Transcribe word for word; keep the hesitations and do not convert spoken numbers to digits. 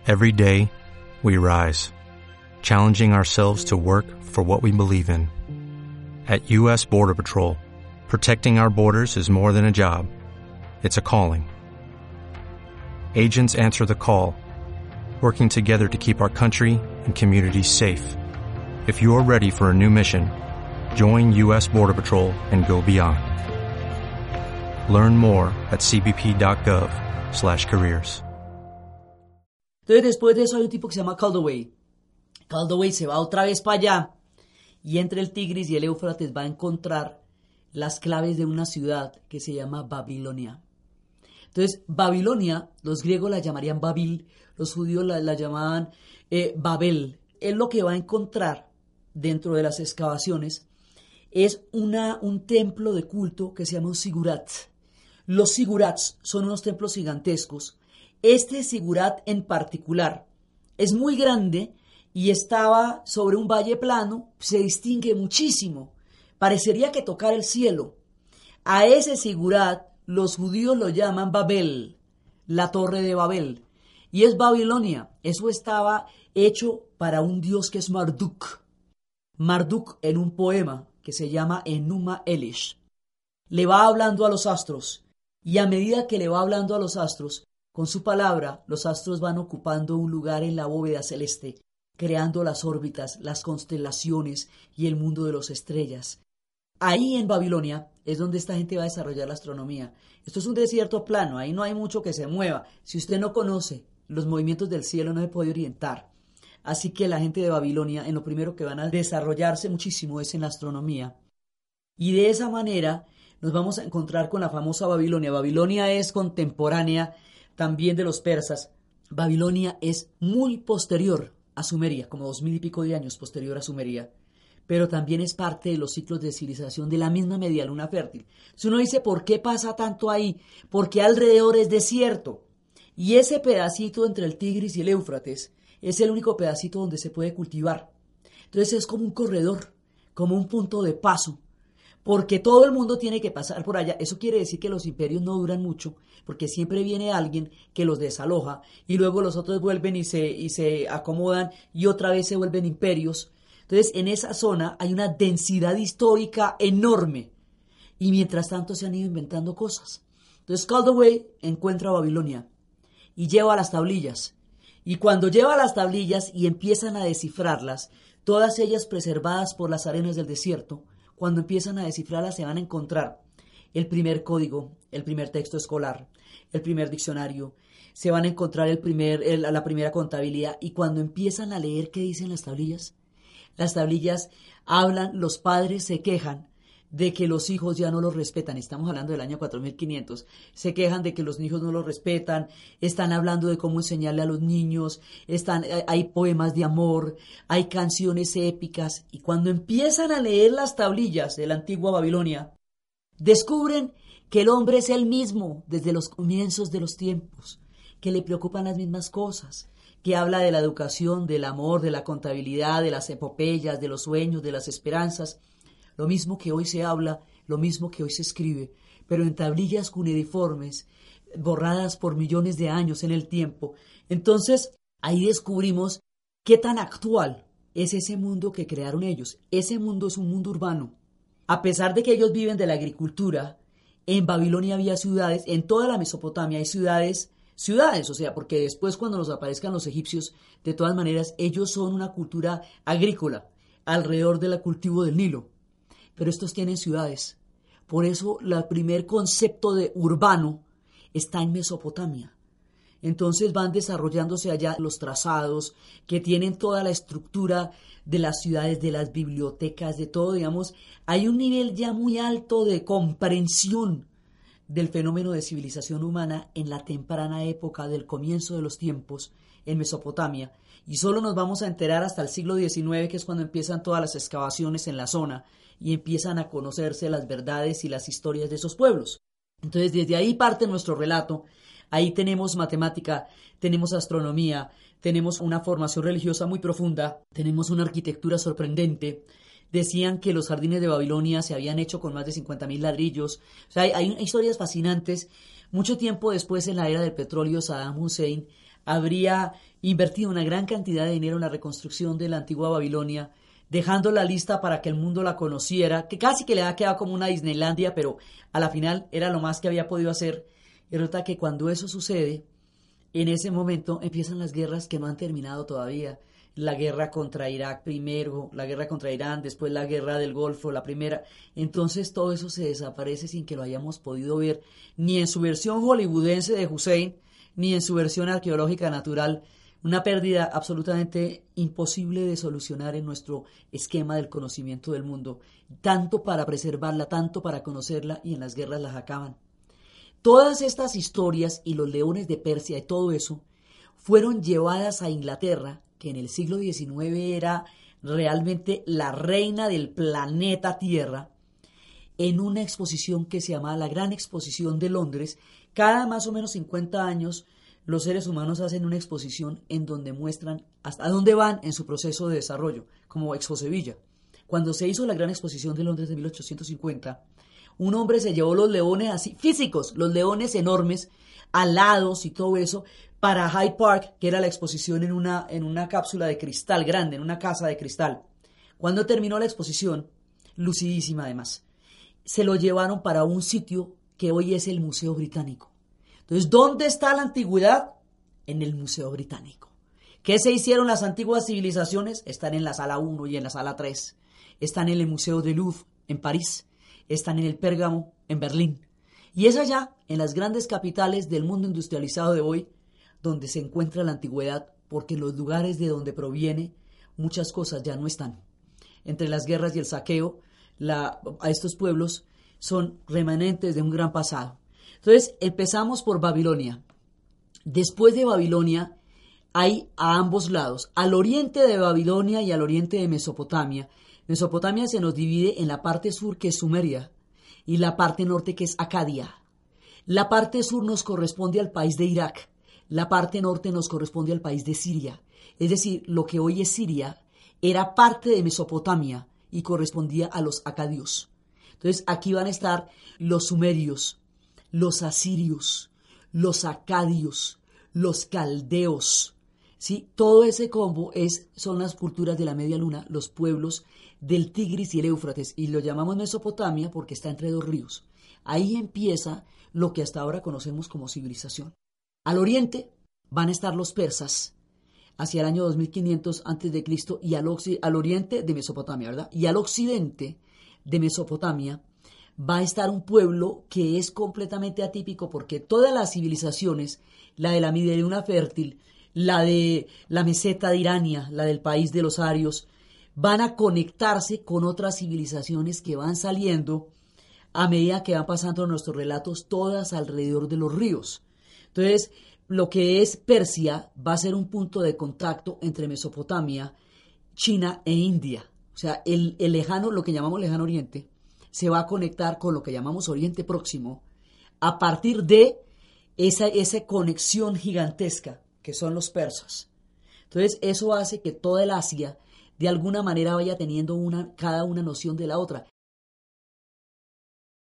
Every day, we rise, challenging ourselves to work for what we believe in. At U S Border Patrol, protecting our borders is more than a job. It's a calling. Agents answer the call, working together to keep our country and communities safe. If you're ready for a new mission, join U S Border Patrol and go beyond. Learn more at cbp.gov slash careers. Entonces, después de eso hay un tipo que se llama Caldaway. Caldaway se va otra vez para allá y entre el Tigris y el Éufrates va a encontrar las claves de una ciudad que se llama Babilonia. Entonces, Babilonia, los griegos la llamarían Babil, los judíos la, la llamaban eh, Babel. Él lo que va a encontrar dentro de las excavaciones es una, un templo de culto que se llama un sigurat. Los sigurats son unos templos gigantescos. Este sigurat en particular es muy grande y estaba sobre un valle plano, se distingue muchísimo. Parecería que tocara el cielo. A ese sigurat los judíos lo llaman Babel, la torre de Babel. Y es Babilonia. Eso estaba hecho para un dios que es Marduk. Marduk en un poema que se llama Enuma Elish. Le va hablando a los astros. Y a medida que le va hablando a los astros, con su palabra, los astros van ocupando un lugar en la bóveda celeste, creando las órbitas, las constelaciones y el mundo de las estrellas. Ahí en Babilonia es donde esta gente va a desarrollar la astronomía. Esto es un desierto plano, ahí no hay mucho que se mueva. Si usted no conoce los movimientos del cielo, no se puede orientar. Así que la gente de Babilonia, en lo primero que van a desarrollarse muchísimo es en la astronomía. Y de esa manera nos vamos a encontrar con la famosa Babilonia. Babilonia es contemporánea también de los persas. Babilonia es muy posterior a Sumeria, como dos mil y pico de años posterior a Sumeria, pero también es parte de los ciclos de civilización de la misma media luna fértil. Si uno dice, ¿por qué pasa tanto ahí? Porque alrededor es desierto, y ese pedacito entre el Tigris y el Éufrates es el único pedacito donde se puede cultivar. Entonces es como un corredor, como un punto de paso, porque todo el mundo tiene que pasar por allá. Eso quiere decir que los imperios no duran mucho, porque siempre viene alguien que los desaloja y luego los otros vuelven y se, y se acomodan y otra vez se vuelven imperios. Entonces, en esa zona hay una densidad histórica enorme y mientras tanto se han ido inventando cosas. Entonces, Caldaway encuentra Babilonia y lleva las tablillas. Y cuando lleva las tablillas y empiezan a descifrarlas, todas ellas preservadas por las arenas del desierto, cuando empiezan a descifrarlas se van a encontrar el primer código, el primer texto escolar, el primer diccionario, se van a encontrar el primer, el, la primera contabilidad. Y cuando empiezan a leer qué dicen las tablillas, las tablillas hablan, los padres se quejan de que los hijos ya no los respetan. Estamos hablando del año cuatro mil quinientos. Se quejan de que los hijos no los respetan, están hablando de cómo enseñarle a los niños, están, hay poemas de amor, hay canciones épicas. Y cuando empiezan a leer las tablillas de la antigua Babilonia, descubren que el hombre es el mismo desde los comienzos de los tiempos, que le preocupan las mismas cosas, que habla de la educación, del amor, de la contabilidad, de las epopeyas, de los sueños, de las esperanzas. Lo mismo que hoy se habla, lo mismo que hoy se escribe, pero en tablillas cuneiformes, borradas por millones de años en el tiempo. Entonces, ahí descubrimos qué tan actual es ese mundo que crearon ellos. Ese mundo es un mundo urbano. A pesar de que ellos viven de la agricultura, en Babilonia había ciudades, en toda la Mesopotamia hay ciudades, ciudades, o sea, porque después cuando nos aparezcan los egipcios, de todas maneras, ellos son una cultura agrícola, alrededor del cultivo del Nilo. Pero estos tienen ciudades. Por eso el primer concepto de urbano está en Mesopotamia. Entonces van desarrollándose allá los trazados que tienen toda la estructura de las ciudades, de las bibliotecas, de todo, digamos. Hay un nivel ya muy alto de comprensión del fenómeno de civilización humana en la temprana época del comienzo de los tiempos en Mesopotamia. Y solo nos vamos a enterar hasta el siglo diecinueve, que es cuando empiezan todas las excavaciones en la zona y empiezan a conocerse las verdades y las historias de esos pueblos. Entonces, desde ahí parte nuestro relato. Ahí tenemos matemática, tenemos astronomía, tenemos una formación religiosa muy profunda, tenemos una arquitectura sorprendente. Decían que los jardines de Babilonia se habían hecho con más de cincuenta mil ladrillos. O sea, hay, hay historias fascinantes. Mucho tiempo después, en la era del petróleo, Saddam Hussein habría invertido una gran cantidad de dinero en la reconstrucción de la antigua Babilonia, dejándola lista para que el mundo la conociera, que casi que le ha quedado como una Disneylandia, pero a la final era lo más que había podido hacer. Y resulta que cuando eso sucede, en ese momento empiezan las guerras que no han terminado todavía. La guerra contra Irak primero, la guerra contra Irán, después la guerra del Golfo, la primera. Entonces todo eso se desaparece sin que lo hayamos podido ver, ni en su versión hollywoodense de Hussein, ni en su versión arqueológica natural. Una pérdida absolutamente imposible de solucionar en nuestro esquema del conocimiento del mundo, tanto para preservarla, tanto para conocerla, y en las guerras las acaban. Todas estas historias y los leones de Persia y todo eso fueron llevadas a Inglaterra, que en el siglo diecinueve era realmente la reina del planeta Tierra, en una exposición que se llamaba la Gran Exposición de Londres. Cada más o menos cincuenta años los seres humanos hacen una exposición en donde muestran hasta dónde van en su proceso de desarrollo, como Expo Sevilla. Cuando se hizo la Gran Exposición de Londres de mil ochocientos cincuenta, un hombre se llevó los leones así, físicos, los leones enormes, alados y todo eso, para Hyde Park, que era la exposición en una, en una cápsula de cristal grande, en una casa de cristal. Cuando terminó la exposición, lucidísima además, se lo llevaron para un sitio que hoy es el Museo Británico. Entonces, ¿dónde está la antigüedad? En el Museo Británico. ¿Qué se hicieron las antiguas civilizaciones? Están en la sala uno y en la sala tres. Están en el Museo del Louvre, en París. Están en el Pérgamo, en Berlín. Y es allá, en las grandes capitales del mundo industrializado de hoy, donde se encuentra la antigüedad, porque en los lugares de donde proviene, muchas cosas ya no están. Entre las guerras y el saqueo, la, a estos pueblos son remanentes de un gran pasado. Entonces, empezamos por Babilonia. Después de Babilonia, hay a ambos lados, al oriente de Babilonia y al oriente de Mesopotamia. Mesopotamia se nos divide en la parte sur, que es Sumeria, y la parte norte, que es Acadia. La parte sur nos corresponde al país de Irak, la parte norte nos corresponde al país de Siria. Es decir, lo que hoy es Siria era parte de Mesopotamia y correspondía a los acadios. Entonces, aquí van a estar los sumerios, los asirios, los acadios, los caldeos, ¿sí? Todo ese combo es, son las culturas de la media luna, los pueblos del Tigris y el Éufrates, y lo llamamos Mesopotamia porque está entre dos ríos. Ahí empieza lo que hasta ahora conocemos como civilización. Al oriente van a estar los persas, hacia el año dos mil quinientos antes de Cristo, y al, al oriente de Mesopotamia, ¿verdad? Y al occidente de Mesopotamia va a estar un pueblo que es completamente atípico, porque todas las civilizaciones, la de la media luna fértil, la de la meseta de Irania, la del país de los arios, van a conectarse con otras civilizaciones que van saliendo a medida que van pasando nuestros relatos, todas alrededor de los ríos. Entonces, lo que es Persia va a ser un punto de contacto entre Mesopotamia, China e India. O sea, el, el lejano, lo que llamamos lejano oriente, se va a conectar con lo que llamamos Oriente Próximo a partir de esa, esa conexión gigantesca que son los persas. Entonces, eso hace que toda el Asia de alguna manera vaya teniendo una, cada una noción de la otra.